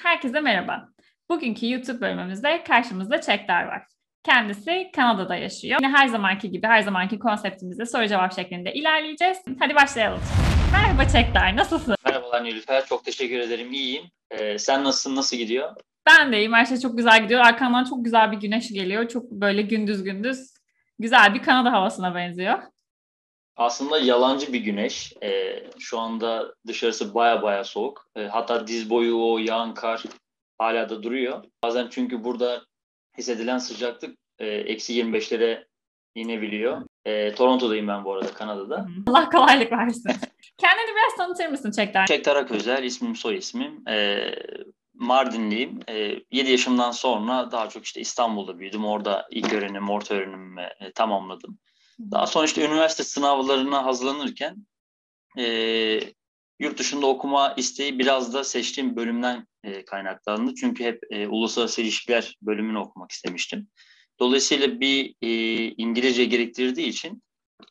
Herkese merhaba. Bugünkü YouTube bölümümüzde karşımızda Çekdar var. Kendisi Kanada'da yaşıyor. Yine her zamanki gibi, her zamanki konseptimizde soru cevap şeklinde ilerleyeceğiz. Hadi başlayalım. Merhaba Çekdar, nasılsın? Merhabalar Nilüfer, çok teşekkür ederim. İyiyim. Sen nasılsın, nasıl gidiyor? Ben de iyiyim, her şey çok güzel gidiyor. Arkamdan çok güzel bir güneş geliyor. Çok böyle gündüz gündüz güzel bir Kanada havasına benziyor. Aslında yalancı bir güneş. Şu anda dışarısı baya soğuk. Hatta diz boyu o yağan kar hala da duruyor. Bazen çünkü burada hissedilen sıcaklık -25'lere inebiliyor. Toronto'dayım ben bu arada, Kanada'da. Allah kolaylık versin. Kendini biraz tanıtır mısın Çekdar? Çekdar Aközel, ismim soy ismim. Mardinliyim. 7 yaşımdan sonra daha çok işte İstanbul'da büyüdüm. Orada ilk öğrenim, orta öğrenimimi tamamladım. Daha sonra işte üniversite sınavlarına hazırlanırken yurt dışında okuma isteği biraz da seçtiğim bölümden kaynaklandı. Çünkü hep uluslararası ilişkiler bölümünü okumak istemiştim. Dolayısıyla bir İngilizce gerektirdiği için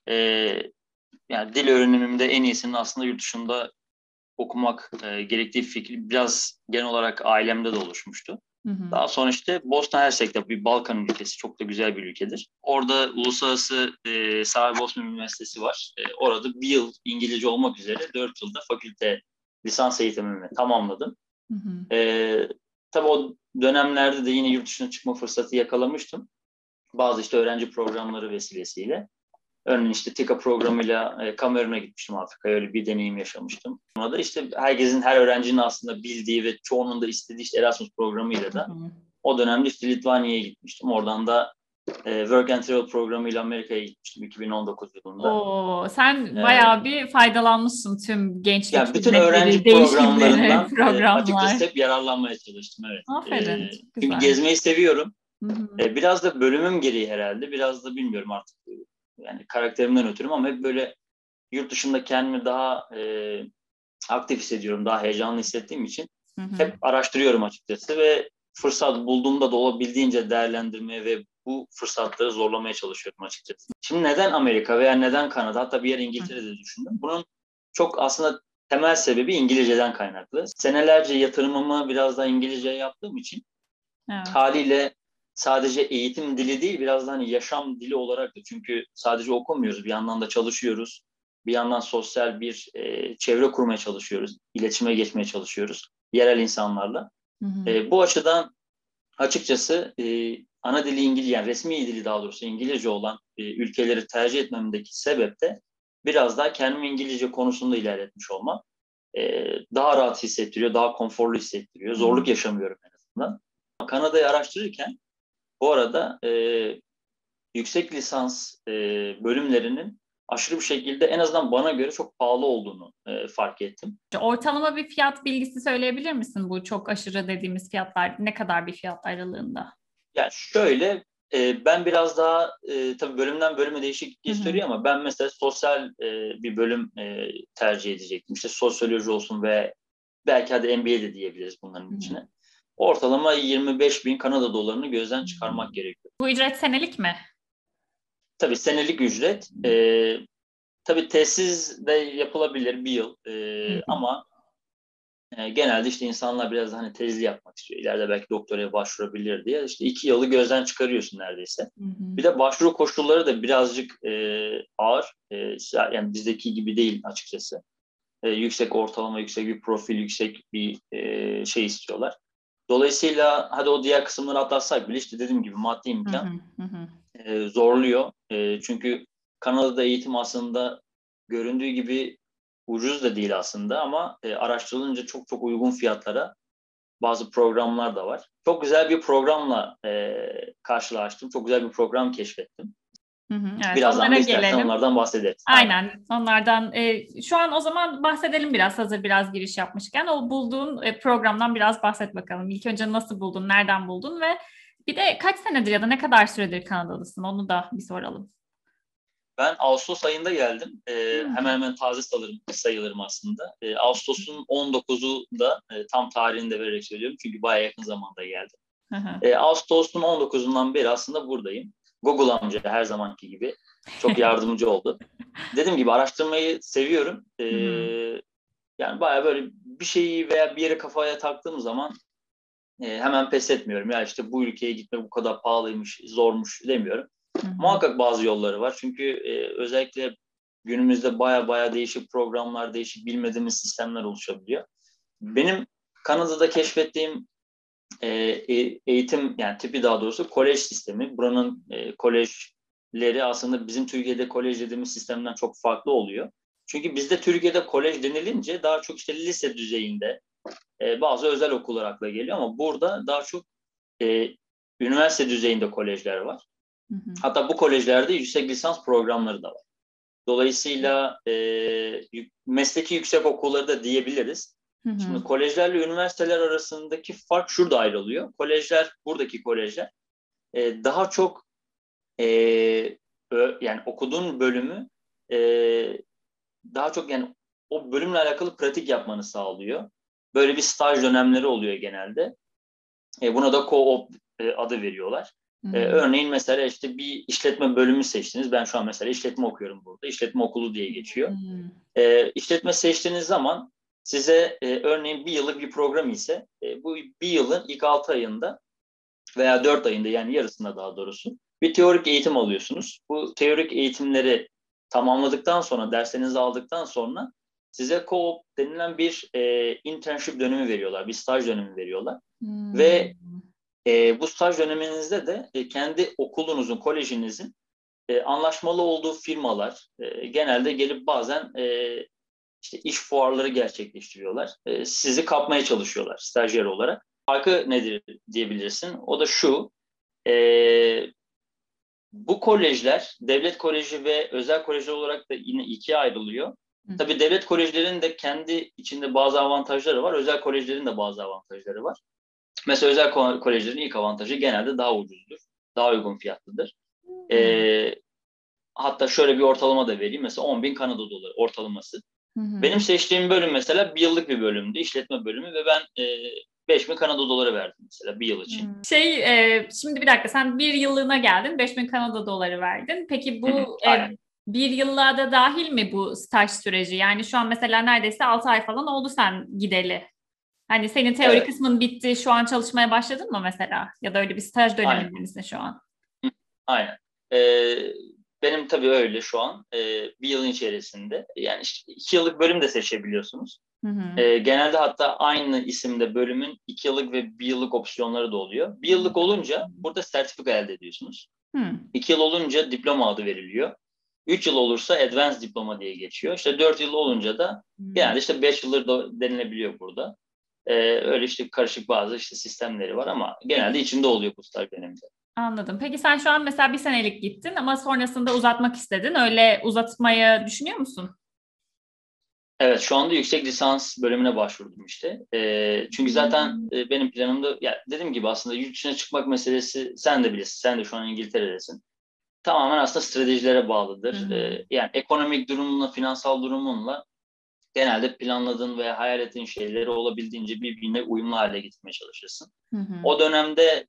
yani dil öğrenimimde en iyisinin aslında yurt dışında okumak gerektiği fikri biraz genel olarak ailemde de oluşmuştu. Daha sonra işte Bosna Hersek'te bir Balkan ülkesi, çok da güzel bir ülkedir. Orada Uluslararası Saraybosna Üniversitesi var. Orada bir yıl İngilizce olmak üzere 4 yılda fakülte lisans eğitimimi tamamladım. Tabii o dönemlerde de yine yurt dışına çıkma fırsatı yakalamıştım. Bazı işte öğrenci programları vesilesiyle. Örneğin işte TİKA programıyla Kamerun'a gitmiştim, Afrika'ya, öyle bir deneyim yaşamıştım. Sonra da işte herkesin, her öğrencinin aslında bildiği ve çoğunun da istediği işte Erasmus programıyla da o dönemde işte Litvanya'ya gitmiştim. Oradan da Work and Travel programıyla Amerika'ya gitmiştim 2019 yılında. Sen bayağı bir faydalanmışsın tüm gençlik Yani bütün hizmetleri, öğrenci değişimleri, programlarından programlar. açıkçası hep yararlanmaya çalıştım. Evet. Aferin, çok Çünkü güzel. gezmeyi seviyorum. Biraz da bölümüm gereği herhalde. Biraz da bilmiyorum artık. Yani karakterimden ötürü ama hep böyle yurt dışında kendimi daha aktif hissediyorum, daha heyecanlı hissettiğim için hep araştırıyorum açıkçası ve fırsat bulduğumda da olabildiğince değerlendirmeye ve bu fırsatları zorlamaya çalışıyorum açıkçası. Şimdi neden Amerika veya neden Kanada, hatta bir yer İngiltere'de düşündüm. Bunun çok aslında temel sebebi İngilizceden kaynaklı. Senelerce yatırımımı biraz daha İngilizce yaptığım için haliyle sadece eğitim dili değil, biraz da hani yaşam dili olarak da, çünkü sadece okumuyoruz, bir yandan da çalışıyoruz. Bir yandan sosyal bir çevre kurmaya çalışıyoruz. İletişime geçmeye çalışıyoruz yerel insanlarla. Bu açıdan açıkçası ana dili İngilizce, yani resmi dili daha doğrusu İngilizce olan ülkeleri tercih etmemdeki sebep de biraz daha kendimi İngilizce konusunda ilerletmiş olmam. Daha rahat hissettiriyor, daha konforlu hissettiriyor. Zorluk yaşamıyorum en azından. Kanada'yı araştırırken bu arada yüksek lisans bölümlerinin aşırı bir şekilde, en azından bana göre, çok pahalı olduğunu fark ettim. Ortalama bir fiyat bilgisi söyleyebilir misin, bu çok aşırı dediğimiz fiyatlar ne kadar bir fiyat aralığında? Yani şöyle, ben biraz daha tabii bölümden bölüme değişik gösteriyor ama ben mesela sosyal bir bölüm tercih edecektim. İşte sosyoloji olsun ve belki hadi MBA de diyebiliriz bunların içine. Ortalama 25 bin Kanada dolarını gözden çıkarmak gerekiyor. Bu ücret senelik mi? Tabii senelik ücret. Tabii tesis de yapılabilir bir yıl. Ama genelde işte insanlar biraz hani tezli yapmak istiyor. İleride belki doktoraya başvurabilir diye. İşte 2 yılı gözden çıkarıyorsun neredeyse. Bir de başvuru koşulları da birazcık ağır. Yani bizdeki gibi değil açıkçası. Yüksek ortalama, yüksek bir profil, yüksek bir şey istiyorlar. Dolayısıyla hadi o diğer kısımları atlatsak bile işte dediğim gibi maddi imkan zorluyor. Çünkü Kanada'da eğitim aslında göründüğü gibi ucuz da değil aslında ama araştırılınca çok uygun fiyatlara bazı programlar da var. Çok güzel bir programla karşılaştım. Çok güzel bir program keşfettim. Evet, Birazdan onlara da istersen gelelim. onlardan bahsederiz. Aynen. Onlardan şu an o zaman bahsedelim biraz, hazır biraz giriş yapmışken. O bulduğun programdan biraz bahset bakalım. İlk önce nasıl buldun, nereden buldun ve bir de kaç senedir ya da ne kadar süredir Kanada'dasın, onu da bir soralım. Ben Ağustos ayında geldim. Hemen hemen taze sayılırım aslında. Ağustos'un 19'u da tam tarihini de vererek söylüyorum. Çünkü bayağı yakın zamanda geldim. Ağustos'un 19'undan beri aslında buradayım. Google amca her zamanki gibi çok yardımcı oldu. Dediğim gibi araştırmayı seviyorum. Yani bayağı böyle bir şeyi veya bir yere kafaya taktığım zaman hemen pes etmiyorum. Ya işte bu ülkeye gitmek bu kadar pahalıymış, zormuş demiyorum. Hı-hı. Muhakkak bazı yolları var. Çünkü özellikle günümüzde baya değişik programlar, değişik bilmediğimiz sistemler oluşabiliyor. Benim Kanada'da keşfettiğim eğitim yani tipi daha doğrusu kolej sistemi. Buranın kolejleri aslında bizim Türkiye'de kolej dediğimiz sistemden çok farklı oluyor. Çünkü bizde Türkiye'de kolej denilince daha çok işte lise düzeyinde bazı özel okullar akla geliyor ama burada daha çok e, üniversite düzeyinde kolejler var. Hı-hı. Hatta bu kolejlerde yüksek lisans programları da var. Dolayısıyla mesleki yüksek okulları da diyebiliriz. Hı-hı. Şimdi kolejlerle üniversiteler arasındaki fark şurada ayrılıyor. Kolejler, buradaki kolejler daha çok yani okuduğun bölümü e, daha çok yani o bölümle alakalı pratik yapmanı sağlıyor. Böyle bir staj dönemleri oluyor genelde. Buna da co-op adı veriyorlar. Örneğin mesela işte bir işletme bölümü seçtiniz. Ben şu an mesela işletme okuyorum burada. İşletme okulu diye geçiyor. İşletme seçtiğiniz zaman size örneğin bir yıllık bir program ise bu bir yılın ilk 6 ayında veya 4 ayında yani yarısında daha doğrusu bir teorik eğitim alıyorsunuz. Bu teorik eğitimleri tamamladıktan sonra, derslerinizi aldıktan sonra size co-op denilen bir internship dönemi veriyorlar, bir staj dönemi veriyorlar. Ve bu staj döneminizde de kendi okulunuzun, kolejinizin anlaşmalı olduğu firmalar genelde gelip bazen işte iş fuarları gerçekleştiriyorlar. Sizi kapmaya çalışıyorlar stajyer olarak. Farkı nedir diyebilirsin? O da şu, e, bu kolejler devlet koleji ve özel kolejler olarak da yine ikiye ayrılıyor. Tabii devlet kolejlerinin de kendi içinde bazı avantajları var. Özel kolejlerin de bazı avantajları var. Mesela özel kolejlerin ilk avantajı genelde daha ucuzdur. Daha uygun fiyatlıdır. Hatta şöyle bir ortalama da vereyim. Mesela 10 bin Kanada doları ortalaması. Benim seçtiğim bölüm mesela bir yıllık bir bölümdü. İşletme bölümü ve ben 5 bin Kanada doları verdim mesela bir yıl için. Şimdi bir dakika sen bir yıllığına geldin 5.000 Kanada doları verdin. Peki bu Aynen. bir yıllığa da dahil mi bu staj süreci? Yani şu an mesela neredeyse 6 ay falan oldu sen gideli. Hani senin teori Evet. kısmın bitti şu an çalışmaya başladın mı mesela? Ya da öyle bir staj Aynen. döneminde misin şu an? Aynen. Benim tabii öyle şu an bir yılın içerisinde. Yani işte 2 yıllık bölüm de seçebiliyorsunuz. Genelde hatta aynı isimde bölümün 2 yıllık ve bir yıllık opsiyonları da oluyor. Bir yıllık olunca burada sertifika elde ediyorsunuz. 2 yıl olunca diploma adı veriliyor. 3 yıl olursa advanced diploma diye geçiyor. İşte 4 yıl olunca da genelde işte 5 yıldır da denilebiliyor burada. Öyle işte karışık bazı işte sistemleri var ama genelde içinde oluyor bu staj döneminde. Anladım. Peki sen şu an mesela bir senelik gittin ama sonrasında uzatmak istedin. Öyle uzatmayı düşünüyor musun? Evet, şu anda yüksek lisans bölümüne başvurdum işte. Çünkü zaten benim planımda, ya dediğim gibi aslında yurt dışına çıkmak meselesi sen de bilirsin. Sen de şu an İngiltere'desin. Tamamen aslında stratejilere bağlıdır. Yani ekonomik durumunla, finansal durumunla genelde planladığın ve hayal ettiğin şeyleri olabildiğince birbirine uyumlu hale getirmeye çalışırsın. O dönemde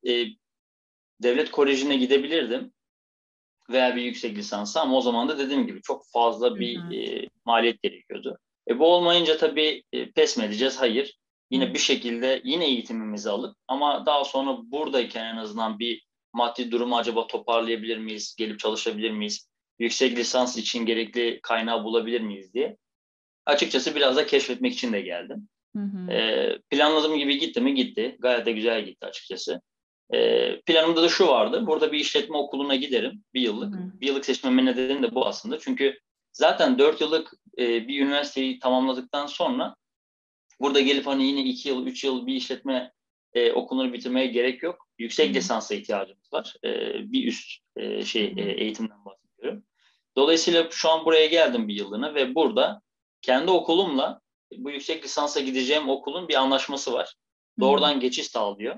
devlet kolejine gidebilirdim veya bir yüksek lisansa ama o zaman da dediğim gibi çok fazla bir maliyet gerekiyordu. Bu olmayınca tabii pes mi edeceğiz? Hayır. Yine bir şekilde yine eğitimimizi alıp ama daha sonra buradayken en azından bir maddi durumu acaba toparlayabilir miyiz? Gelip çalışabilir miyiz? Yüksek lisans için gerekli kaynağı bulabilir miyiz diye. Açıkçası biraz da keşfetmek için de geldim. Planladığım gibi gitti mi? Gitti. Gayet de güzel gitti açıkçası. Planımda da şu vardı. Burada bir işletme okuluna giderim bir yıllık. Bir yıllık seçmemin nedeni de bu aslında. Çünkü zaten 4 yıllık bir üniversiteyi tamamladıktan sonra burada gelip hani yine 2 yıl, 3 yıl bir işletme okulunu bitirmeye gerek yok. Yüksek lisansa ihtiyacımız var. Bir üst eğitimden bahsediyorum. Dolayısıyla şu an buraya geldim bir yıllığına ve burada kendi okulumla bu yüksek lisansa gideceğim okulun bir anlaşması var. Doğrudan geçiş sağlıyor.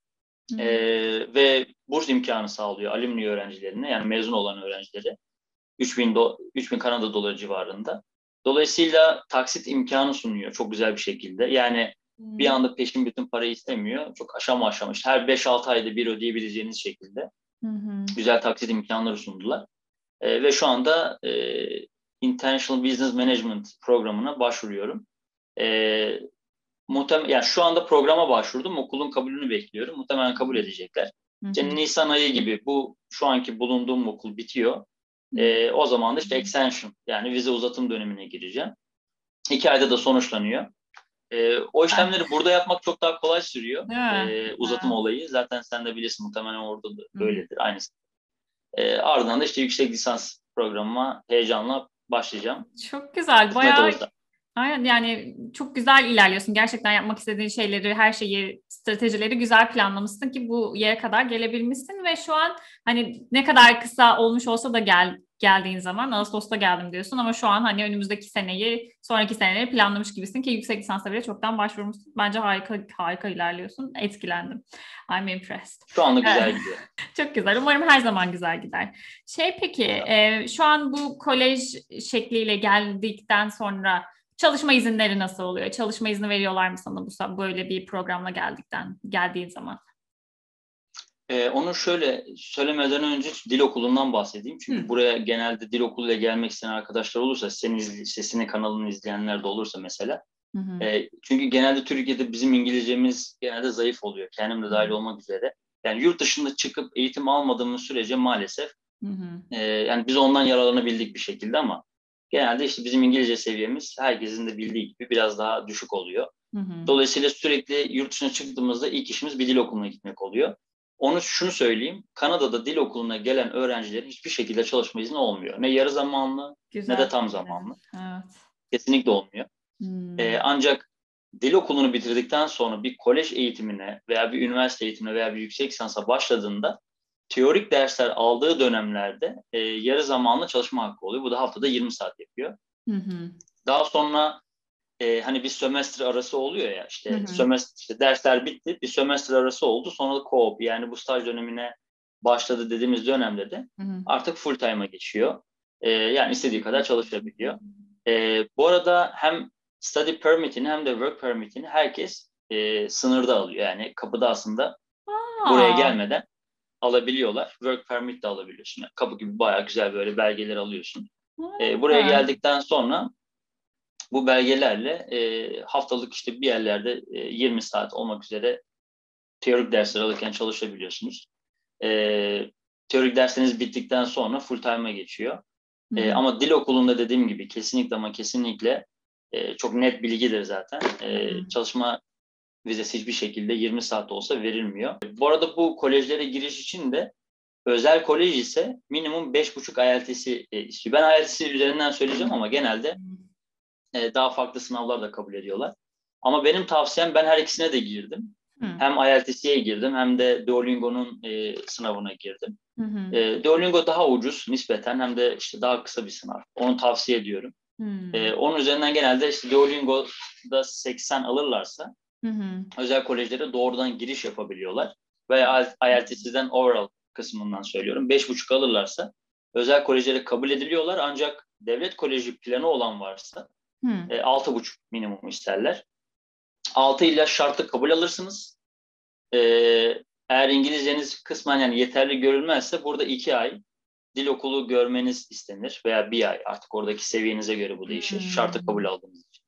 Ve burs imkanı sağlıyor alumni öğrencilerine yani mezun olan öğrencilere 3000 Kanada doları civarında. Dolayısıyla taksit imkanı sunuyor çok güzel bir şekilde. Yani bir anda peşin bütün parayı istemiyor. Çok aşama aşama işte her 5-6 ayda bir ödeyebileceğiniz şekilde güzel taksit imkanları sundular. Ve şu anda International Business Management programına başvuruyorum. Yani şu anda programa başvurdum. Okulun kabulünü bekliyorum. Muhtemelen kabul edecekler. İşte Nisan ayı gibi bu şu anki bulunduğum okul bitiyor. O zaman da işte extension yani vize uzatım dönemine gireceğim. 2 ayda da sonuçlanıyor. O işlemleri burada yapmak çok daha kolay sürüyor. Uzatım olayı. Zaten sen de bilirsin muhtemelen orada da böyledir. Aynısı. Ardından da işte yüksek lisans programıma heyecanla başlayacağım. Çok güzel. Kısmet Bayağı olursa. aynen, yani çok güzel ilerliyorsun. Gerçekten yapmak istediğin şeyleri, her şeyi, stratejileri güzel planlamışsın ki bu yere kadar gelebilmişsin ve şu an hani ne kadar kısa olmuş olsa da geldiğin zaman Ağustos'ta geldim diyorsun ama şu an hani önümüzdeki seneyi, sonraki seneleri planlamış gibisin ki yüksek lisansa bile çoktan başvurmuşsun. Bence harika ilerliyorsun. Etkilendim. I'm impressed. Şu anda güzel gidiyor. Çok güzel. Umarım her zaman güzel gider. Peki, şu an bu kolej şekliyle geldikten sonra çalışma izinleri nasıl oluyor? Çalışma izni veriyorlar mı sana böyle bir programla geldiğin zaman? Onu şöyle söylemeden önce dil okulundan bahsedeyim. Çünkü buraya genelde dil okuluyla gelmek isteyen arkadaşlar olursa, sesini kanalını izleyenler de olursa mesela. Çünkü genelde Türkiye'de bizim İngilizcemiz genelde zayıf oluyor. Kendim de dahil olmak üzere. Yani yurt dışında çıkıp eğitim almadığımız sürece maalesef yani biz ondan yararlanabildik bir şekilde ama genelde işte bizim İngilizce seviyemiz herkesin de bildiği gibi biraz daha düşük oluyor. Dolayısıyla sürekli yurt dışına çıktığımızda ilk işimiz bir dil okuluna gitmek oluyor. Şunu söyleyeyim, Kanada'da dil okuluna gelen öğrencilerin hiçbir şekilde çalışma izni olmuyor. Ne yarı zamanlı ne de tam zamanlı. Evet. Kesinlikle olmuyor. Ancak dil okulunu bitirdikten sonra bir kolej eğitimine veya bir üniversite eğitimine veya bir yüksek lisansa başladığında teorik dersler aldığı dönemlerde yarı zamanlı çalışma hakkı oluyor. Bu da haftada 20 saat yapıyor. Daha sonra hani bir sömestr arası oluyor ya işte işte dersler bitti, bir sömestr arası oldu. Sonra da co-op yani bu staj dönemine başladı dediğimiz dönemde de artık full time'a geçiyor. Yani istediği kadar çalışabiliyor. Bu arada hem study permit'ini hem de work permit'ini herkes sınırda alıyor. Yani kapıda aslında buraya gelmeden alabiliyorlar. Work permit de alabiliyorsun. Yani kapı gibi bayağı güzel böyle belgeler alıyorsun. Buraya geldikten sonra bu belgelerle haftalık işte bir yerlerde 20 saat olmak üzere teorik dersler alırken çalışabiliyorsunuz. Teorik dersleriniz bittikten sonra full time'a geçiyor. Ama dil okulunda dediğim gibi kesinlikle ama kesinlikle çok net bilgidir zaten. Çalışma vizesi hiçbir şekilde 20 saat olsa verilmiyor. Bu arada bu kolejlere giriş için de özel kolej ise minimum 5,5 IELTS'i istiyor. Ben IELTS'i üzerinden söyleyeceğim ama genelde daha farklı sınavlar da kabul ediyorlar. Ama benim tavsiyem ben her ikisine de girdim. Hem IELTS'ye girdim hem de Duolingo'nun sınavına girdim. Duolingo daha ucuz nispeten hem de işte daha kısa bir sınav. Onu tavsiye ediyorum. Onun üzerinden genelde işte Duolingo'da 80 alırlarsa özel kolejlere doğrudan giriş yapabiliyorlar. Veya IELTS'den overall kısmından söylüyorum. 5,5 alırlarsa özel kolejlere kabul ediliyorlar. Ancak devlet koleji planı olan varsa 6,5 minimum isterler. 6 ile şartlı kabul alırsınız. Eğer İngilizceniz kısmen yani yeterli görülmezse burada 2 ay dil okulu görmeniz istenir veya 1 ay artık oradaki seviyenize göre bu değişir. Şartı kabul aldığınız için.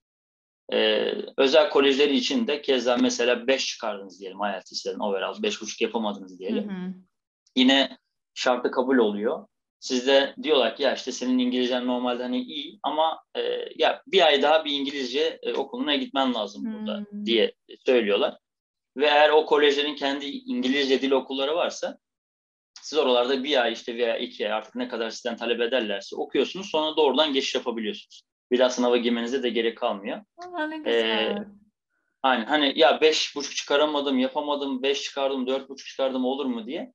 Özel kolejleri için de keza mesela 5 çıkardınız diyelim IELTS'den overall 5,5 yapamadınız diyelim. Yine şartı kabul oluyor. Sizde diyorlar ki ya işte senin İngilizcen normalde hani iyi ama ya bir ay daha bir İngilizce okuluna gitmen lazım burada diye söylüyorlar. Ve eğer o kolejlerin kendi İngilizce dil okulları varsa siz oralarda 1 ay işte veya 2 ay artık ne kadar sizden talep ederlerse okuyorsunuz. Sonra doğrudan geçiş yapabiliyorsunuz. Bir daha sınava girmenize de gerek kalmıyor. Ne güzel. Aynen hani ya 5,5 çıkaramadım, yapamadım, 5 çıkardım, 4,5 çıkardım olur mu diye.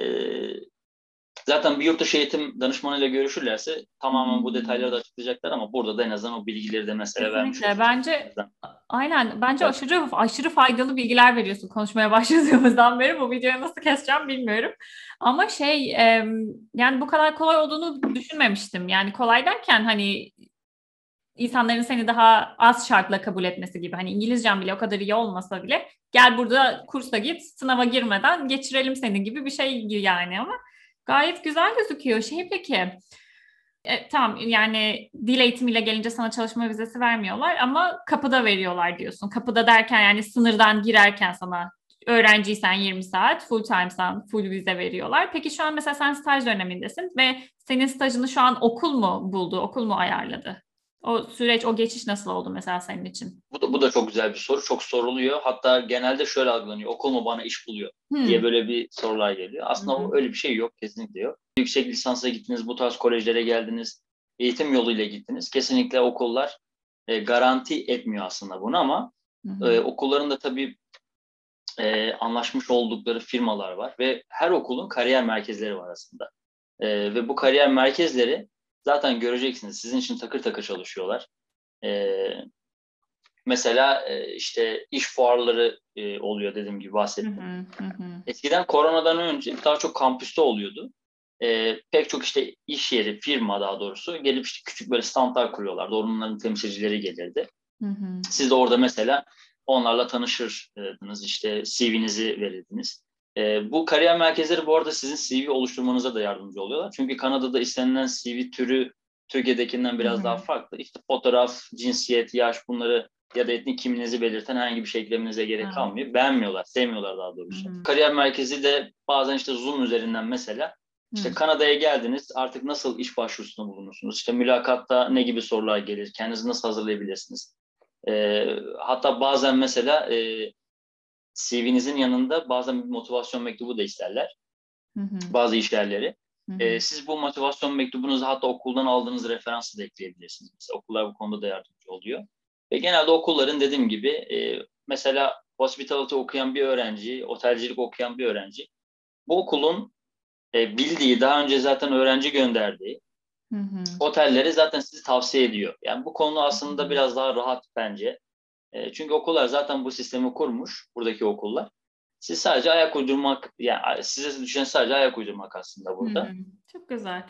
Zaten bir yurt dışı eğitim danışmanıyla görüşürlerse tamamen bu detayları da açıklayacaklar ama burada da en azından o bilgileri de mesela vermiş oluruz. Bence bence evet. aşırı faydalı bilgiler veriyorsun konuşmaya başladığımızdan beri. Bu videoyu nasıl keseceğim bilmiyorum. Ama yani bu kadar kolay olduğunu düşünmemiştim. Yani kolay derken hani insanların seni daha az şartla kabul etmesi gibi. Hani İngilizcen bile o kadar iyi olmasa bile gel burada kursa git, sınava girmeden geçirelim seni gibi bir şey yani ama gayet güzel gözüküyor. Peki Tamam, yani dil eğitimiyle gelince sana çalışma vizesi vermiyorlar ama kapıda veriyorlar diyorsun. Kapıda derken yani sınırdan girerken sana, öğrenciysen 20 saat, full time'san full vize veriyorlar. Peki şu an mesela sen staj dönemindesin ve senin stajını şu an okul mu buldu, okul mu ayarladı? O süreç, o geçiş nasıl oldu mesela senin için? Bu da çok güzel bir soru. Çok soruluyor. Hatta genelde şöyle algılanıyor. Okul mu bana iş buluyor diye Hmm. böyle bir sorular geliyor. Hı Aslında hı. öyle bir şey yok. Kesinlikle yok. Yüksek lisansa gittiniz, bu tarz kolejlere geldiniz, eğitim yoluyla gittiniz. Kesinlikle okullar garanti etmiyor aslında bunu ama Hı hı. okulların da tabii anlaşmış oldukları firmalar var ve her okulun kariyer merkezleri var aslında. Ve bu kariyer merkezleri zaten göreceksiniz. Sizin için takır takır çalışıyorlar. E, Mesela işte iş fuarları oluyor dediğim gibi Hı bahsettim. hı. Hı hı. Eskiden koronadan önce daha çok kampüste oluyordu. Pek çok işte iş yeri, firma daha doğrusu gelip işte küçük böyle standlar kuruyorlardı. Onların temsilcileri gelirdi. Hı hı. Siz de orada mesela onlarla tanışırdınız, işte CV'nizi verirdiniz. Bu kariyer merkezleri bu arada sizin CV oluşturmanıza da yardımcı oluyorlar. Çünkü Kanada'da istenilen CV türü Türkiye'dekinden Hı biraz daha hı. farklı. İşte fotoğraf, cinsiyet, yaş bunları ya da etnik kimliğinizi belirten herhangi bir şey eklemenize gerek Evet. kalmıyor. Beğenmiyorlar, sevmiyorlar daha Hı doğrusu. hı. Kariyer merkezi de bazen işte Zoom üzerinden mesela işte Hı. Kanada'ya geldiniz artık nasıl iş başvurusunda bulunursunuz? İşte mülakatta ne gibi sorular gelir? Kendinizi nasıl hazırlayabilirsiniz? Hatta bazen mesela CV'nizin yanında bazen bir motivasyon mektubu da isterler Hı hı. bazı iş yerleri. Hı hı. Siz bu motivasyon mektubunuzu hatta okuldan aldığınız referansı da ekleyebilirsiniz. Mesela okullar bu konuda da yardımcı oluyor. Ve genelde okulların dediğim gibi mesela hospitality okuyan bir öğrenci, otelcilik okuyan bir öğrenci bu okulun bildiği, daha önce zaten öğrenci gönderdiği Hı hı. otelleri zaten sizi tavsiye ediyor. Yani bu konu Hı aslında hı. biraz daha rahat bence. Çünkü okullar zaten bu sistemi kurmuş, buradaki okullar. Siz sadece ayak uydurmak, yani size düşen sadece ayak uydurmak aslında Hı burada. hı. Çok güzel.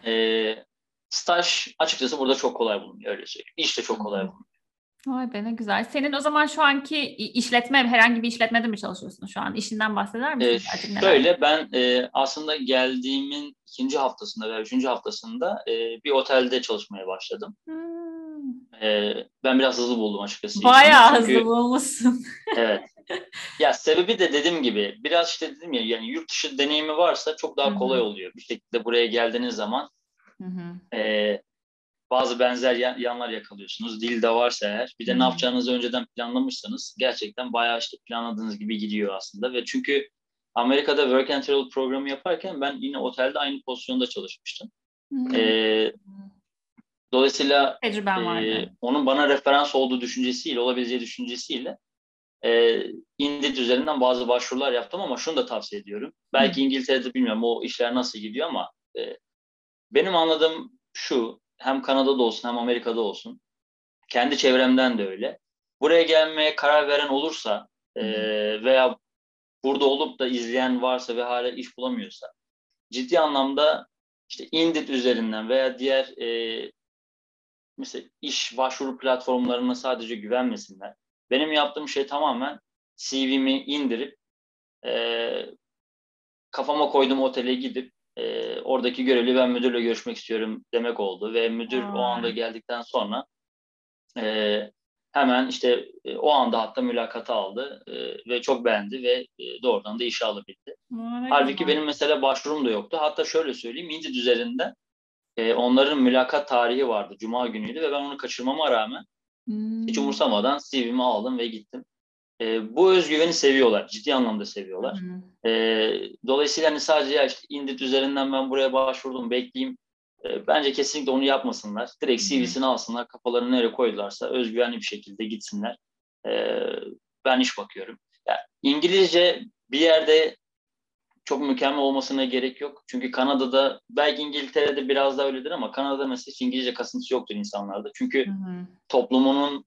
Staj açıkçası burada çok kolay bulunuyor, öyle söyleyeyim. İş de Hı çok kolay hı. bulunuyor. Vay be, ne güzel. Senin o zaman şu anki işletme, herhangi bir işletmede mi çalışıyorsun şu an? İşinden bahseder misin birazcık, neler Şöyle yapıyorsun? ben aslında geldiğimin ikinci haftasında veya üçüncü haftasında bir otelde çalışmaya başladım. Hmm. Ben biraz hızlı buldum açıkçası işimi. Bayağı hızlı Çünkü bulmuşsun. evet. Ya sebebi de dediğim gibi biraz işte dedim ya yani yurt dışı deneyimi varsa çok Hı daha kolay hı. oluyor. Bir şekilde buraya geldiğiniz zaman Hı hı. e, bazı benzer yanlar yakalıyorsunuz. Dil de varsa eğer. Bir Hı de ne hı. yapacağınızı önceden planlamışsanız gerçekten bayağı işte planladığınız gibi gidiyor aslında. Ve çünkü Amerika'da Work and Travel programı yaparken ben yine otelde aynı pozisyonda çalışmıştım. Hmm. E, Dolayısıyla Tecrüben vardı. onun bana referans olduğu düşüncesiyle, olabileceği düşüncesiyle Indeed üzerinden bazı başvurular yaptım ama şunu da tavsiye ediyorum. Hı. Belki İngiltere'de bilmiyorum o işler nasıl gidiyor ama benim anladığım şu, hem Kanada'da olsun hem Amerika'da olsun, kendi çevremden de öyle. Buraya gelmeye karar veren olursa Hı hı. veya burada olup da izleyen varsa ve hala iş bulamıyorsa, ciddi anlamda işte Indeed üzerinden veya diğer mesela iş başvuru platformlarına sadece güvenmesinler. Benim yaptığım şey tamamen CV'mi indirip e, kafama koyduğum otele gidip oradaki görevli ben müdürle görüşmek istiyorum demek oldu ve müdür o anda Vay. geldikten sonra hemen işte o anda hatta mülakata aldı ve çok beğendi ve doğrudan da işe alabildi. Vay, ne Halbuki güzel. benim mesela başvurum da yoktu. Hatta şöyle söyleyeyim, Indeed üzerinde onların mülakat tarihi vardı. Cuma günüydü ve ben onu kaçırmama rağmen hiç Hmm. umursamadan CV'mi aldım ve gittim. Bu özgüveni seviyorlar. Ciddi anlamda Hı seviyorlar. hı. Dolayısıyla hani sadece ya işte Indeed üzerinden ben buraya başvurdum bekleyeyim. Bence kesinlikle onu yapmasınlar. Hı Direkt hı. CV'sini alsınlar. Kafalarını nereye koydularsa özgüvenli bir şekilde gitsinler. Ee, Ben iş bakıyorum. Ya, İngilizce bir yerde çok mükemmel olmasına gerek yok. Çünkü Kanada'da belki İngiltere'de biraz daha öyledir ama Kanada'da mesela hiç İngilizce kasıntısı yoktur insanlarda. Hı Çünkü hı. toplumunun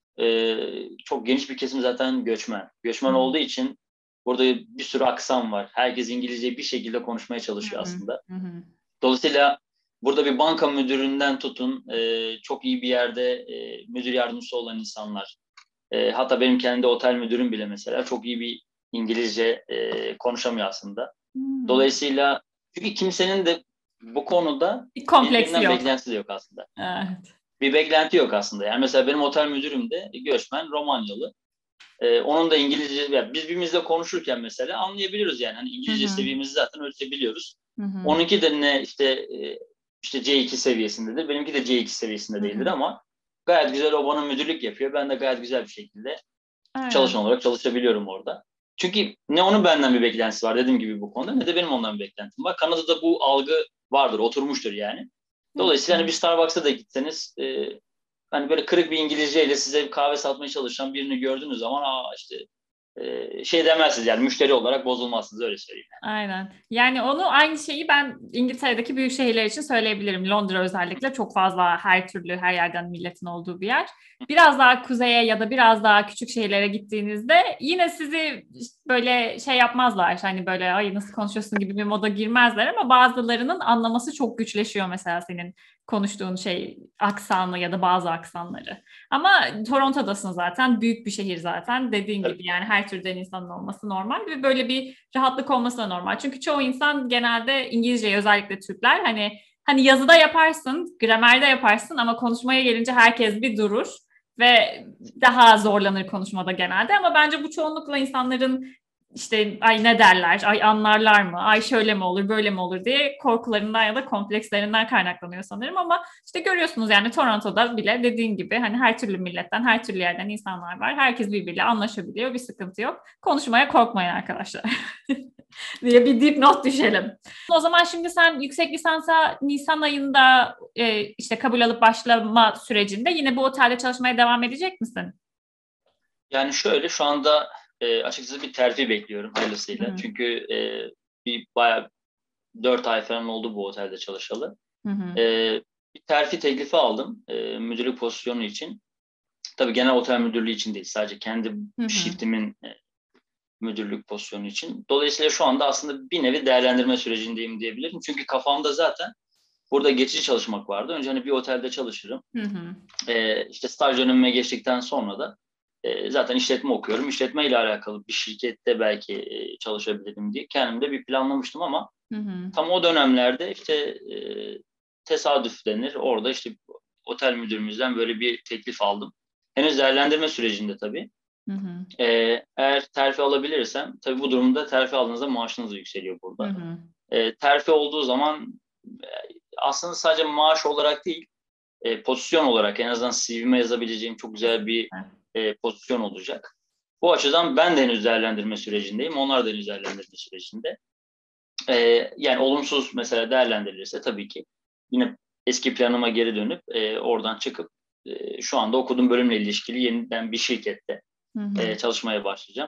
çok geniş bir kesim zaten göçmen. Hı Göçmen hı. olduğu için burada bir sürü aksan var. Herkes İngilizceyi bir şekilde konuşmaya Hı çalışıyor hı. aslında. Hı hı. Dolayısıyla burada bir banka müdüründen tutun, çok iyi bir yerde müdür yardımcısı olan insanlar. Hatta benim kendi otel müdürüm bile mesela çok iyi bir İngilizce konuşamıyor aslında. Hı hı. Dolayısıyla çünkü kimsenin de bu konuda Bir kompleksi birbirinden yok. beklentisi de yok aslında. Evet. Bir beklenti yok aslında. Yani mesela benim otel müdürüm de göçmen, Romanyalı. Onun da İngilizce, yani biz birbirimizle konuşurken mesela anlayabiliyoruz yani. Hani Hı İngilizce hı. seviyemizi zaten ölçebiliyoruz. Hı hı. Onunki de ne işte C2 seviyesindedir. Benimki de C2 seviyesinde Hı değildir hı. ama gayet güzel o bana müdürlük yapıyor. Ben de gayet güzel bir şekilde Aynen. çalışan olarak çalışabiliyorum orada. Çünkü ne onun benden bir beklentisi var dediğim gibi bu konuda ne de benim ondan bir beklentim var. Kanada'da bu algı vardır, oturmuştur yani. Ne Dolayısıyla güzel. hani bir Starbucks'a da gitseniz hani böyle kırık bir İngilizceyle size bir kahve satmaya çalışan birini gördüğünüz zaman işte şey demezsiniz yani müşteri olarak bozulmazsınız öyle söyleyeyim. Aynen. Yani onu aynı şeyi ben İngiltere'deki büyük şehirler için söyleyebilirim. Londra özellikle çok fazla her türlü her yerden milletin olduğu bir yer. Biraz daha kuzeye ya da biraz daha küçük şehirlere gittiğinizde yine sizi işte böyle şey yapmazlar. Hani böyle ay nasıl konuşuyorsun gibi bir moda girmezler ama bazılarının anlaması çok güçleşiyor mesela senin konuştuğun şey aksanı ya da bazı aksanları. Ama Toronto'dasın zaten. Büyük bir şehir zaten. Dediğin Tabii. gibi yani her türden insanın olması normal ve böyle bir rahatlık olması da normal. Çünkü çoğu insan genelde İngilizceyi özellikle Türkler hani yazıda yaparsın, gramerde yaparsın ama konuşmaya gelince herkes bir durur ve daha zorlanır konuşmada genelde ama bence bu çoğunlukla insanların işte ay ne derler, ay anlarlar mı, ay şöyle mi olur, böyle mi olur diye korkularından ya da komplekslerinden kaynaklanıyor sanırım ama işte görüyorsunuz yani Toronto'da bile dediğin gibi hani her türlü milletten, her türlü yerden insanlar var. Herkes birbiriyle anlaşabiliyor, bir sıkıntı yok. Konuşmaya korkmayın arkadaşlar diye bir dipnot düşelim. O zaman şimdi sen yüksek lisansa Nisan ayında işte kabul alıp başlama sürecinde yine bu otelde çalışmaya devam edecek misin? Yani şöyle şu anda açıkçası bir terfi bekliyorum hayırlısıyla. Hı Çünkü bir bayağı 4 ay falan oldu bu otelde çalışalı. hı. Hı. E, Bir terfi teklifi aldım müdürlük pozisyonu için. Tabii genel otel müdürlüğü için değil sadece kendi Hı hı. shiftimin müdürlük pozisyonu için. Dolayısıyla şu anda aslında bir nevi değerlendirme sürecindeyim diyebilirim. Çünkü kafamda zaten burada geçici çalışmak vardı. Önce hani bir otelde çalışırım. Hı hı. İşte staj dönemime geçtikten sonra da zaten işletme okuyorum. İşletme ile alakalı bir şirkette belki çalışabilirim diye kendimde bir planlamıştım ama Hı hı. tam o dönemlerde işte tesadüf denir. Orada işte otel müdürümüzden böyle bir teklif aldım. Henüz değerlendirme sürecinde tabii. Hı hı. Eğer terfi alabilirsem, tabii bu durumda terfi aldığınızda maaşınız da yükseliyor Hı burada. hı. Terfi olduğu zaman e, aslında sadece maaş olarak değil, pozisyon olarak en azından CV'me yazabileceğim çok güzel bir Kesinlikle. pozisyon olacak. Bu açıdan ben de henüz değerlendirme sürecindeyim. Onlar da henüz değerlendirme sürecinde. Yani olumsuz mesela değerlendirilirse tabii ki yine eski planıma geri dönüp oradan çıkıp şu anda okuduğum bölümle ilişkili yeniden bir şirkette Hı hı. çalışmaya başlayacağım.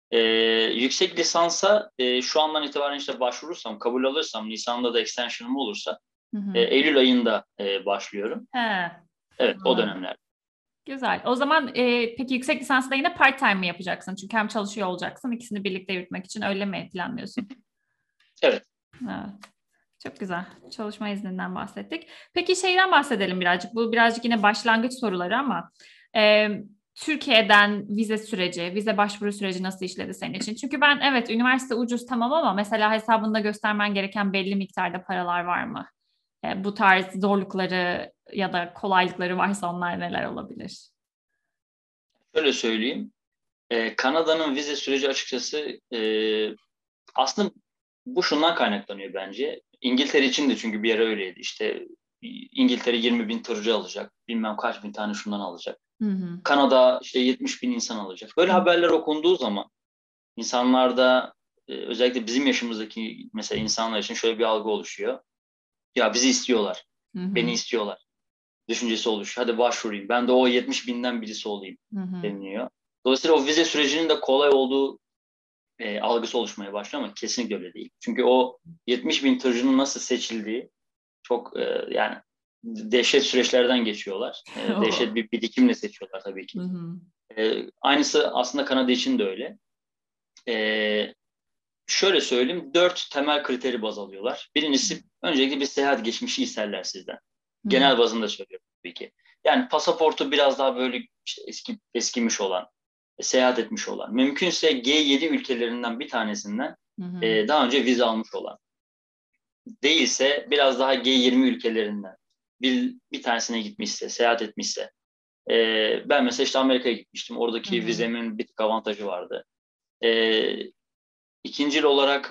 Yüksek lisansa şu andan itibaren işte başvurursam, kabul alırsam, Nisan'da da extension'ım olursa Hı hı. Eylül ayında başlıyorum. He, Evet, o anladım. dönemler. Güzel. O zaman peki yüksek lisansı da yine part-time mi yapacaksın? Çünkü hem çalışıyor olacaksın, ikisini birlikte yürütmek için öyle mi planlıyorsun? Evet. Evet. Çok güzel. Çalışma izninden bahsettik. Peki şeyden bahsedelim birazcık. Bu birazcık yine başlangıç soruları ama e, Türkiye'den vize süreci, vize başvuru süreci nasıl işledi senin için? Çünkü ben evet üniversite ucuz tamam ama mesela hesabında göstermen gereken belli miktarda paralar var mı? Bu tarz zorlukları ya da kolaylıkları varsa onlar neler olabilir? Şöyle söyleyeyim. Kanada'nın vize süreci açıkçası aslında bu şundan kaynaklanıyor bence. İngiltere için de çünkü bir ara öyleydi. İşte İngiltere 20 bin tırcı alacak. Bilmem kaç bin tane şundan alacak. Hı hı. Kanada işte 70 bin insan alacak. Böyle haberler okunduğu zaman insanlarda özellikle bizim yaşımızdaki mesela insanlar için şöyle bir algı oluşuyor. Ya bizi istiyorlar. Hı Beni hı. istiyorlar. Düşüncesi oluşuyor. Hadi başvurayım. Ben de o 70 binden birisi olayım Hı hı. deniliyor. Dolayısıyla o vize sürecinin de kolay olduğu algısı oluşmaya başlıyor ama kesinlikle öyle değil. Çünkü o 70 bin tırcının nasıl seçildiği çok yani dehşet süreçlerden geçiyorlar. Dehşet Oo. bir birikimle seçiyorlar tabii Hı ki. hı. Aynısı aslında Kanada için de öyle. E, Şöyle söyleyeyim, 4 temel kriteri baz alıyorlar. Birincisi öncelikle bir seyahat geçmişi isterler sizden. Hı hı. Genel bazında söylüyorum tabii ki. Yani pasaportu biraz daha böyle işte eskimiş olan, seyahat etmiş olan, mümkünse G7 ülkelerinden bir tanesinden Hı hı. daha önce vize almış olan. değilse biraz daha G20 ülkelerinden bir tanesine gitmişse, seyahat etmişse. Ben mesela işte Amerika'ya gitmiştim. Oradaki vizemin bir tık avantajı vardı. İkincil olarak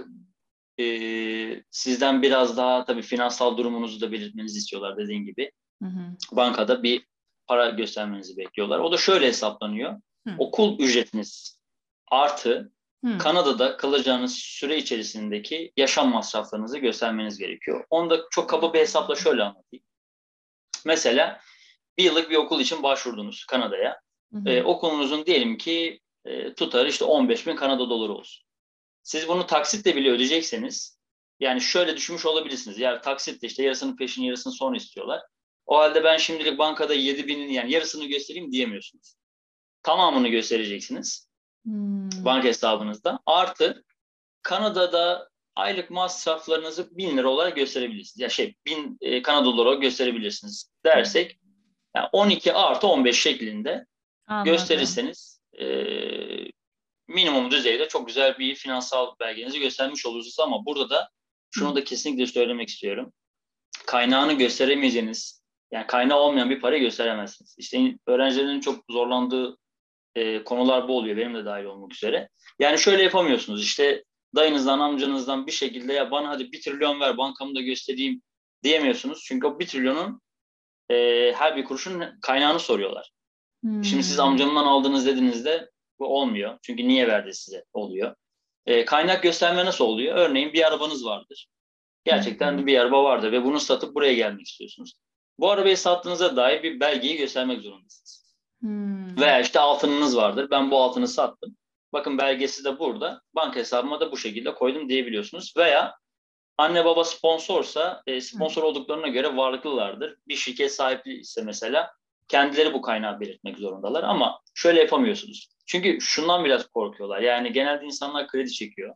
sizden biraz daha tabii finansal durumunuzu da belirtmenizi istiyorlar dediğin gibi. Bankada bir para göstermenizi bekliyorlar. O da şöyle hesaplanıyor. Okul ücretiniz artı Kanada'da kalacağınız süre içerisindeki yaşam masraflarınızı göstermeniz gerekiyor. Onu da çok kaba bir hesapla şöyle anlatayım. Mesela bir yıllık bir okul için başvurdunuz Kanada'ya. Okulunuzun diyelim ki tutarı işte 15 bin Kanada doları olsun. Siz bunu taksitle bile ödeyecekseniz, yani şöyle düşünmüş olabilirsiniz. Yani taksitle işte yarısının peşin yarısını sonra istiyorlar. O halde ben şimdilik bankada 7 binin yani yarısını göstereyim diyemiyorsunuz. Tamamını göstereceksiniz banka hesabınızda. Artı Kanada'da aylık masraflarınızı 1000 lira olarak gösterebilirsiniz. Ya 1000 Kanada doları olarak gösterebilirsiniz dersek yani 12 artı 15 şeklinde gösterirseniz minimum düzeyde çok güzel bir finansal belgenizi göstermiş olursunuz. Ama burada da şunu da kesinlikle söylemek istiyorum. Kaynağını gösteremeyeceğiniz, yani kaynağı olmayan bir parayı gösteremezsiniz. İşte öğrencilerin çok zorlandığı konular bu oluyor. Benim de dahil olmak üzere. Yani şöyle yapamıyorsunuz. İşte dayınızdan, amcanızdan bir şekilde ya bana hadi 1 trilyon ver bankamı da göstereyim diyemiyorsunuz. Çünkü o 1 trilyonun her bir kuruşun kaynağını soruyorlar. Şimdi siz amcamdan aldınız dediğinizde bu olmuyor. Çünkü niye verdi size oluyor. Kaynak gösterme nasıl oluyor? Örneğin bir arabanız vardır. Gerçekten bir araba vardır ve bunu satıp buraya gelmek istiyorsunuz. Bu arabayı sattığınıza dair bir belgeyi göstermek zorundasınız. Veya işte altınınız vardır. Ben bu altını sattım. Bakın belgesi de burada. Banka hesabıma da bu şekilde koydum diyebiliyorsunuz. Veya anne baba sponsorsa sponsor olduklarına göre varlıklılardır. Bir şirket sahibi ise mesela kendileri bu kaynağı belirtmek zorundalar ama şöyle yapamıyorsunuz. Çünkü şundan biraz korkuyorlar. Yani genelde insanlar kredi çekiyor.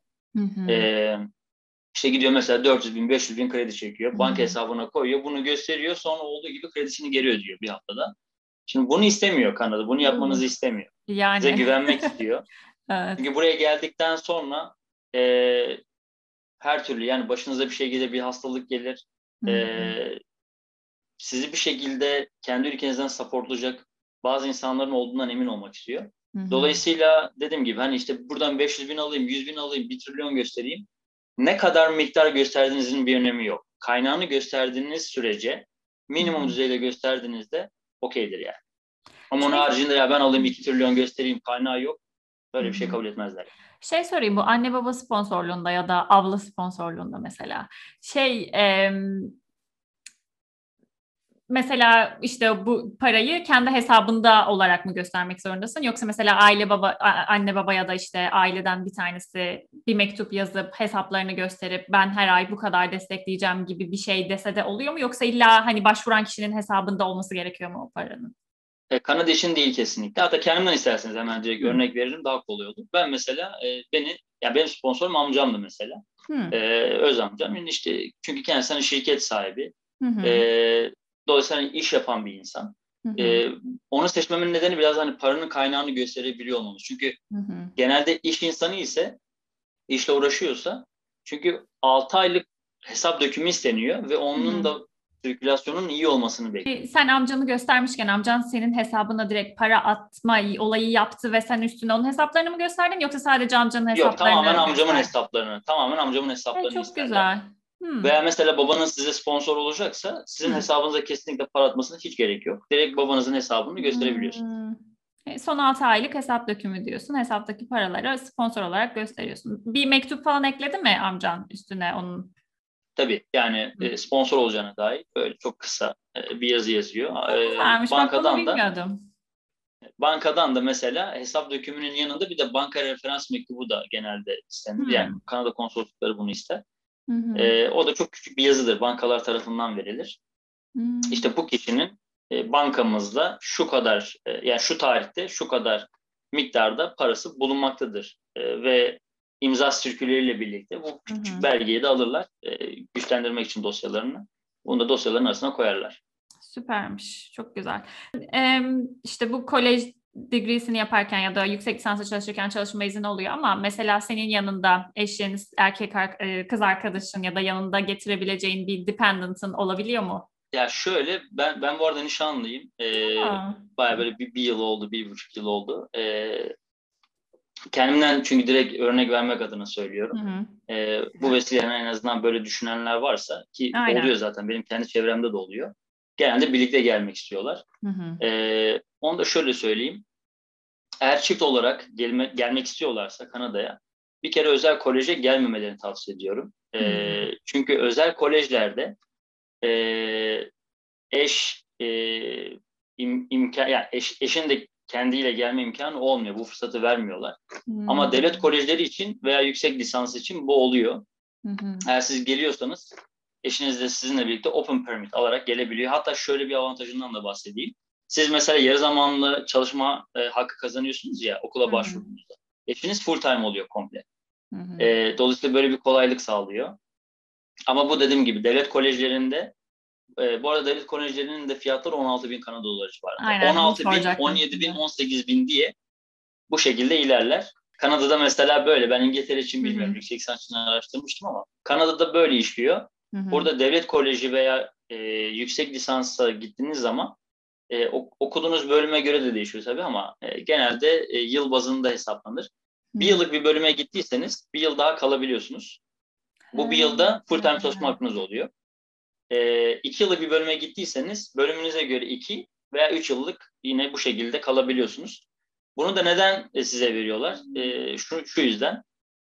İşte gidiyor mesela 400 bin, 500 bin kredi çekiyor. Banka hesabına koyuyor. Bunu gösteriyor. Sonra olduğu gibi kredisini geri ödüyor bir haftada. Şimdi bunu istemiyor Kanada. Bunu yapmanızı istemiyor. Yani. Size güvenmek istiyor. Evet. Çünkü buraya geldikten sonra her türlü yani başınıza bir şey gelir, bir hastalık gelir. Sizi bir şekilde kendi ülkenizden supportlayacak bazı insanların olduğundan emin olmak istiyor. Dolayısıyla dediğim gibi hani işte buradan 500 bin alayım, 100 bin alayım, 1 trilyon göstereyim. Ne kadar miktar gösterdiğinizin bir önemi yok. Kaynağını gösterdiğiniz sürece minimum düzeyde gösterdiğinizde okeydir yani. Ama onun haricinde ya ben alayım 2 trilyon göstereyim kaynağı yok. Böyle bir şey kabul etmezler. Sorayım, bu anne baba sponsorluğunda ya da abla sponsorluğunda mesela mesela işte bu parayı kendi hesabında olarak mı göstermek zorundasın? Yoksa mesela anne baba ya da işte aileden bir tanesi bir mektup yazıp hesaplarını gösterip ben her ay bu kadar destekleyeceğim gibi bir şey dese de oluyor mu? Yoksa illa hani başvuran kişinin hesabında olması gerekiyor mu o paranın? Kanada için değil kesinlikle. Hatta kendimden isterseniz hemen direkt örnek veririm daha kolay olur. Ben mesela benim sponsorum amcamdı mesela. Öz amcam. Yani işte çünkü kendisi hani şirket sahibi. Dolayısıyla hani iş yapan bir insan. Onu seçmemin nedeni biraz hani paranın kaynağını gösterebiliyor olmamız. Çünkü genelde iş insanı ise işle uğraşıyorsa çünkü 6 aylık hesap dökümü isteniyor ve onun da sirkülasyonun iyi olmasını bekliyor. Sen amcanı göstermişken amcan senin hesabına direkt para atma olayı yaptı ve sen üstüne onun hesaplarını mı gösterdin yoksa sadece amcanın Yok, tamamen hesaplarını amcamın gösterdin? hesaplarını. Tamamen amcamın hesaplarını Çok isterler. güzel. Veya mesela babanız size sponsor olacaksa sizin hesabınıza kesinlikle para atmasına hiç gerek yok. Direkt babanızın hesabını gösterebiliyorsunuz. Son 6 aylık hesap dökümü diyorsun. Hesaptaki paraları sponsor olarak gösteriyorsun. Bir mektup falan ekledi mi amcan üstüne onun? Tabii yani sponsor olacağına dair böyle çok kısa bir yazı yazıyor. Çok güzelmiş. Bak bunu Bankadan da bilmiyordum. mesela hesap dökümünün yanında bir de banka referans mektubu da genelde istenir. Yani Kanada konsoloslukları bunu ister. O da çok küçük bir yazıdır. Bankalar tarafından verilir. İşte bu kişinin bankamızda şu kadar yani şu tarihte şu kadar miktarda parası bulunmaktadır. Ve imza sirküleriyle birlikte bu küçük belgeyi de alırlar güçlendirmek için dosyalarını. Bunu da dosyaların arasına koyarlar. Süpermiş. Çok güzel. İşte bu kolej degreesini yaparken ya da yüksek lisansa çalışırken çalışma izni oluyor ama mesela senin yanında eşin, kız arkadaşın ya da yanında getirebileceğin bir dependent'ın olabiliyor mu? Ya şöyle, ben bu arada nişanlıyım. Aa. Bayağı böyle bir yıl oldu, 1,5 yıl oldu. Kendimden çünkü direkt örnek vermek adına Hı söylüyorum. hı. Bu vesileyle en azından böyle düşünenler varsa, ki oluyor Aynen. zaten, benim kendi çevremde de oluyor. Genelde birlikte gelmek istiyorlar. Hı hı. Onu da şöyle söyleyeyim. Eğer çift olarak gelmek istiyorlarsa Kanada'ya, bir kere özel koleje gelmemelerini tavsiye ediyorum. Hı hı. Çünkü özel kolejlerde e, eş imkan, yani eşin de kendiyle gelme imkanı olmuyor. Bu fırsatı vermiyorlar. Ama devlet kolejleri için veya yüksek lisans için bu oluyor. Hı hı. Eğer siz geliyorsanız eşiniz de sizinle birlikte open permit alarak gelebiliyor. Hatta şöyle bir avantajından da bahsedeyim. Siz mesela yarı zamanlı çalışma hakkı kazanıyorsunuz ya okula Hı hı. başvurduğunuzda. Eşiniz full time oluyor komple. Hı hı. Dolayısıyla böyle bir kolaylık sağlıyor. Ama bu dediğim gibi devlet kolejlerinde, bu arada devlet kolejlerinin de fiyatları 16 bin Kanada doları civarında. Aynen onu 16 bin, soracaktım 17 bin, şimdi. 18 bin diye bu şekilde ilerler. Kanada'da mesela böyle. Ben İngiltere için Hı bilmiyorum. hı. Yüksek lisans için araştırmıştım ama Kanada'da böyle işliyor. Hı hı. Burada devlet koleji veya yüksek lisansa gittiğiniz zaman okuduğunuz bölüme göre de değişiyor tabii ama genelde yıl bazında hesaplanır. Hı Bir hı. yıllık bir bölüme gittiyseniz bir yıl daha kalabiliyorsunuz. Bu bir yılda full time çalışma hakkınız oluyor. 2 yıllık bir bölüme gittiyseniz bölümünüze göre 2 veya 3 yıllık yine bu şekilde kalabiliyorsunuz. Bunu da neden size veriyorlar? Şu yüzden.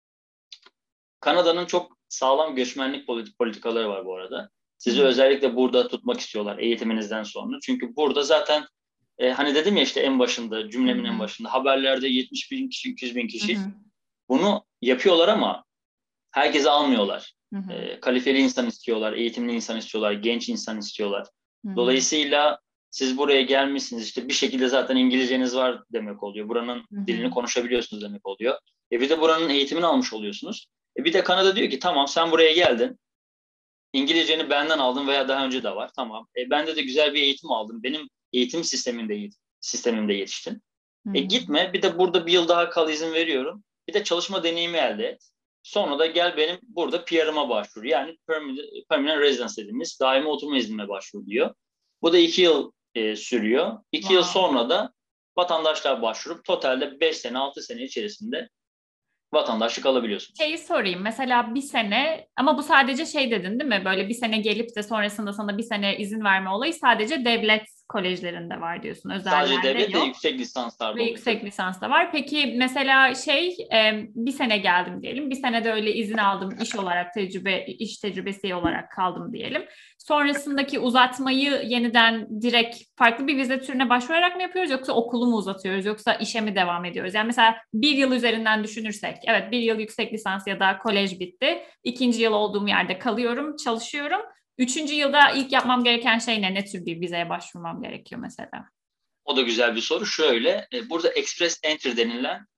Kanada'nın çok sağlam göçmenlik politikaları var bu arada. Hı Sizi özellikle burada tutmak istiyorlar eğitiminizden sonra. Çünkü burada zaten hani dedim ya işte en başında, cümlemin en hı. başında haberlerde 70 bin kişi, 200 bin Hı kişi hı. bunu yapıyorlar ama herkese almıyorlar. Hı hı. Kalifeli insan istiyorlar, eğitimli insan istiyorlar, genç insan istiyorlar. Hı hı. Dolayısıyla siz buraya gelmişsiniz, işte bir şekilde zaten İngilizceniz var demek oluyor. Buranın Hı hı. dilini konuşabiliyorsunuz demek oluyor. Bir de buranın eğitimini almış oluyorsunuz. Bir de Kanada diyor ki tamam sen buraya geldin. İngilizceni benden aldın veya daha önce de var. Tamam. Bende de güzel bir eğitim aldım. Benim eğitim sistemimde yetiştin. Hı hı. Gitme bir de burada bir yıl daha kal, izin veriyorum. Bir de çalışma deneyimi elde et. Sonra da gel benim burada PR'ıma başvur. Yani Permanent Residence dediğimiz daimi oturma iznime başvur diyor. Bu da 2 yıl sürüyor. 2 yıl Wow. sonra da vatandaşlığa başvurup totalde 5 sene 6 sene içerisinde vatandaşlık alabiliyorsunuz. Şeyi sorayım. Mesela bir sene ama bu sadece şey dedin değil mi? Böyle bir sene gelip de sonrasında sana bir sene izin verme olayı sadece devlet kolejlerinde var diyorsun. Sadece Özellerde devlet ve yok. yüksek lisanslarda Ve oluyor yüksek tabii. lisans da var. Peki mesela bir sene geldim diyelim. Bir sene de öyle izin aldım iş olarak iş tecrübesi olarak kaldım diyelim. Sonrasındaki uzatmayı yeniden direkt farklı bir vize türüne başvurarak mı yapıyoruz yoksa okulu mu uzatıyoruz yoksa işe mi devam ediyoruz? Yani mesela bir yıl üzerinden düşünürsek, evet bir yıl yüksek lisans ya da kolej bitti. İkinci yıl olduğum yerde kalıyorum, çalışıyorum. Üçüncü yılda ilk yapmam gereken şey ne? Ne tür bir vizeye başvurmam gerekiyor mesela? O da güzel bir soru. Şöyle, burada Express Entry denilen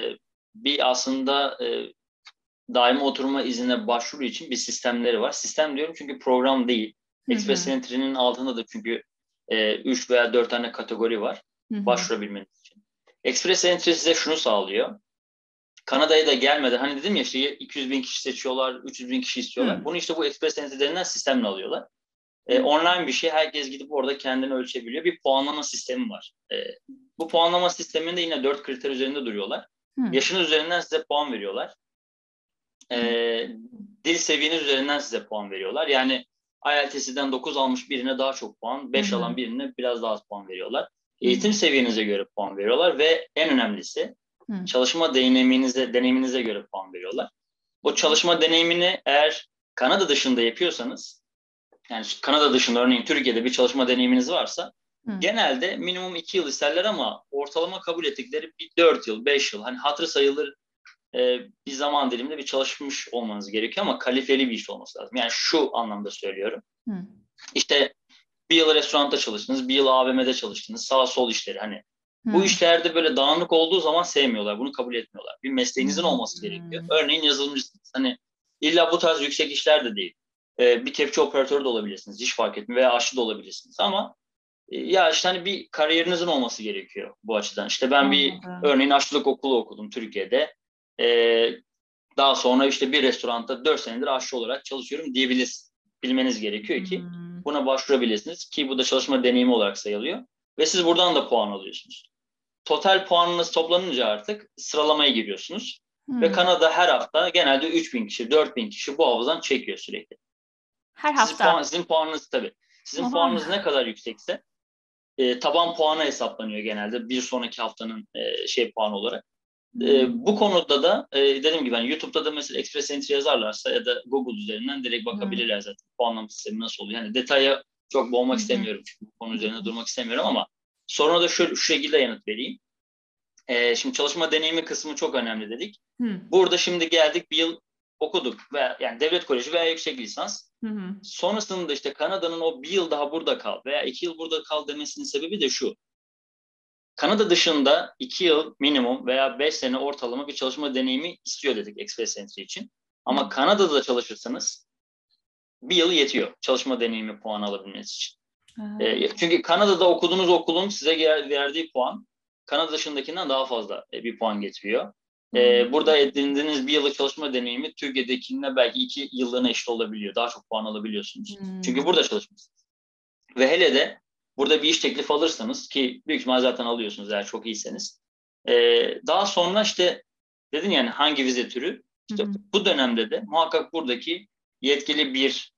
bir aslında daimi oturma iznine başvuru için bir sistemleri var. Sistem diyorum çünkü program değil. Hı Express hı. Entry'nin altında da çünkü 3 veya 4 tane kategori var Hı hı. başvurabilmeniz için. Express Entry size şunu sağlıyor. Kanada'ya da gelmeden hani dedim ya işte 200 bin kişi seçiyorlar, 300 bin kişi istiyorlar. Hı. Bunu işte bu Express Entry denilen sistemle alıyorlar. Hı. Online bir şey. Herkes gidip orada kendini ölçebiliyor. Bir puanlama sistemi var. Bu puanlama sisteminde yine 4 kriter üzerinde duruyorlar. Hı. Yaşınız üzerinden size puan veriyorlar. E, Dil seviyeniz üzerinden size puan veriyorlar. Yani IELTS'den 9 almış birine daha çok puan, Hı 5 hı. alan birine biraz daha az puan veriyorlar. Hı hı. Eğitim seviyenize göre puan veriyorlar ve en önemlisi Hı. çalışma deneyiminize göre puan veriyorlar. O çalışma deneyimini eğer Kanada dışında yapıyorsanız, yani Kanada dışında örneğin Türkiye'de bir çalışma deneyiminiz varsa Hı. genelde minimum 2 yıl isterler ama ortalama kabul ettikleri bir 4 yıl, 5 yıl. Hani hatırı sayılır bir zaman diliminde bir çalışmış olmanız gerekiyor ama kalifeli bir iş olması lazım. Yani şu anlamda söylüyorum. Hı. İşte bir yıl restoranda çalıştınız, bir yıl AVM'de çalıştınız, sağ sol işleri hani. Bu Hı. işlerde böyle dağınık olduğu zaman sevmiyorlar, bunu kabul etmiyorlar. Bir mesleğinizin olması gerekiyor. Hı. Örneğin yazılımcısınız. Hani illa bu tarz yüksek işler de değil. Bir kepçe operatörü de olabilirsiniz, hiç fark etmiyor veya aşçı da olabilirsiniz ama Ya işte hani bir kariyerinizin olması gerekiyor bu açıdan. İşte ben bir Anladım. örneğin aşçılık okulu okudum Türkiye'de. Daha sonra işte bir restoranda 4 senedir aşçı olarak çalışıyorum bilmeniz gerekiyor ki Hmm. buna başvurabilirsiniz ki bu da çalışma deneyimi olarak sayılıyor. Ve siz buradan da puan alıyorsunuz. Total puanınız toplanınca artık sıralamaya giriyorsunuz. Ve Hmm. Kanada her hafta genelde 3.000 kişi, 4.000 kişi bu havuzdan çekiyor sürekli. Her hafta. Sizin puanınız tabii. Sizin Oha. puanınız ne kadar yüksekse taban puanı hesaplanıyor genelde bir sonraki haftanın puanı olarak. Hmm. Bu konuda da dediğim gibi hani YouTube'da da mesela Express Entry yazarlarsa ya da Google üzerinden direkt Hı bakabilirler zaten puanlama sistemi nasıl oluyor. Yani detaya çok boğmak hı. istemiyorum çünkü bu konu Hı üzerine hı. durmak istemiyorum ama sonra da şu şekilde yanıt vereyim. Şimdi çalışma deneyimi kısmı çok önemli dedik. Hı Burada şimdi geldik bir yıl okuduk ve yani devlet koleji veya yüksek lisans. hı. Sonrasında işte Kanada'nın o bir yıl daha burada kal veya 2 yıl burada kal demesinin sebebi de şu. Kanada dışında 2 yıl minimum veya 5 sene ortalama bir çalışma deneyimi istiyor dedik Express Entry için. Hı. Ama Kanada'da çalışırsanız bir yıl yetiyor çalışma deneyimi puanı alabilmeniz için. Aa. Çünkü Kanada'da okuduğunuz okulun size verdiği puan Kanada dışındakinden daha fazla bir puan getiriyor. Hı. Burada edindiğiniz bir yıllık çalışma deneyimi Türkiye'dekine belki 2 yıllığına eşit olabiliyor. Daha çok puan alabiliyorsunuz. Çünkü burada çalışmışsınız. Ve hele de burada bir iş teklifi alırsanız ki büyük ihtimal zaten alıyorsunuz eğer çok iyiyseniz. Daha sonra işte dedin yani hangi vize türü? Hı İşte hı. bu dönemde de muhakkak buradaki yetkili bir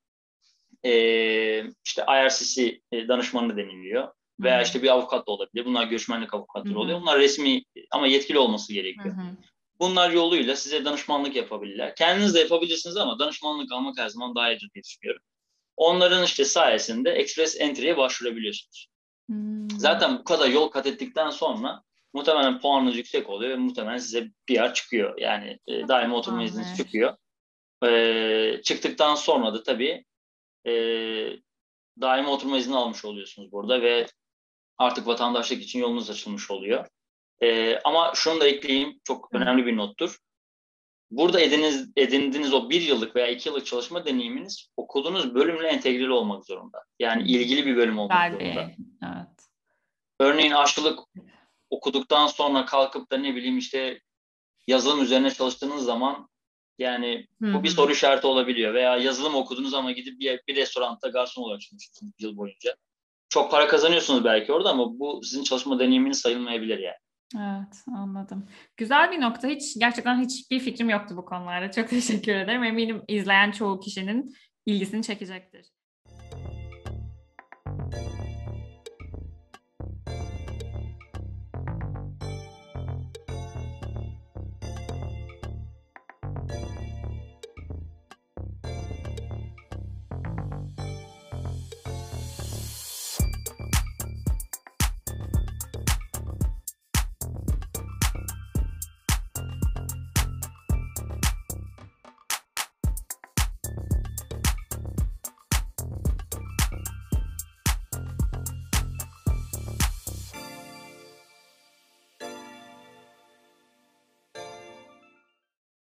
işte IRCC danışmanı deniliyor. Hı Veya hı. işte bir avukat da olabilir. Bunlar göçmenlik Hı avukatları oluyor. hı. Bunlar resmi ama yetkili olması Hı gerekiyor. hı. Bunlar yoluyla size danışmanlık yapabilirler. Kendiniz de yapabilirsiniz ama danışmanlık almak her zaman daha iyidir diye düşünüyorum. Onların işte sayesinde Express Entry'ye başvurabiliyorsunuz. Hmm. Zaten bu kadar yol kat ettikten sonra muhtemelen puanınız yüksek oluyor ve muhtemelen size bir yer çıkıyor. Yani Çok daima oturma izniniz güzelmiş. çıkıyor. Çıktıktan sonra da tabii e, daima oturma izni almış oluyorsunuz burada ve artık vatandaşlık için yolunuz açılmış oluyor. Ama şunu da ekleyeyim, çok Hı. önemli bir nottur. Burada edindiğiniz o 1 yıllık veya 2 yıllık çalışma deneyiminiz okuduğunuz bölümle entegreli olmak zorunda. Hı. Yani ilgili bir bölüm olmak Güzel zorunda. bir. Evet. Örneğin aşçılık okuduktan sonra kalkıp da ne bileyim işte yazılım üzerine çalıştığınız zaman yani Hı bu bir hı. soru işareti olabiliyor. Veya yazılım okudunuz ama gidip bir restoranda garson olarak çalışıyorsunuz yıl boyunca. Çok para kazanıyorsunuz belki orada ama bu sizin çalışma deneyiminiz sayılmayabilir yani. Evet, anladım. Güzel bir nokta. Gerçekten hiçbir fikrim yoktu bu konularda. Çok teşekkür ederim. Eminim izleyen çoğu kişinin ilgisini çekecektir.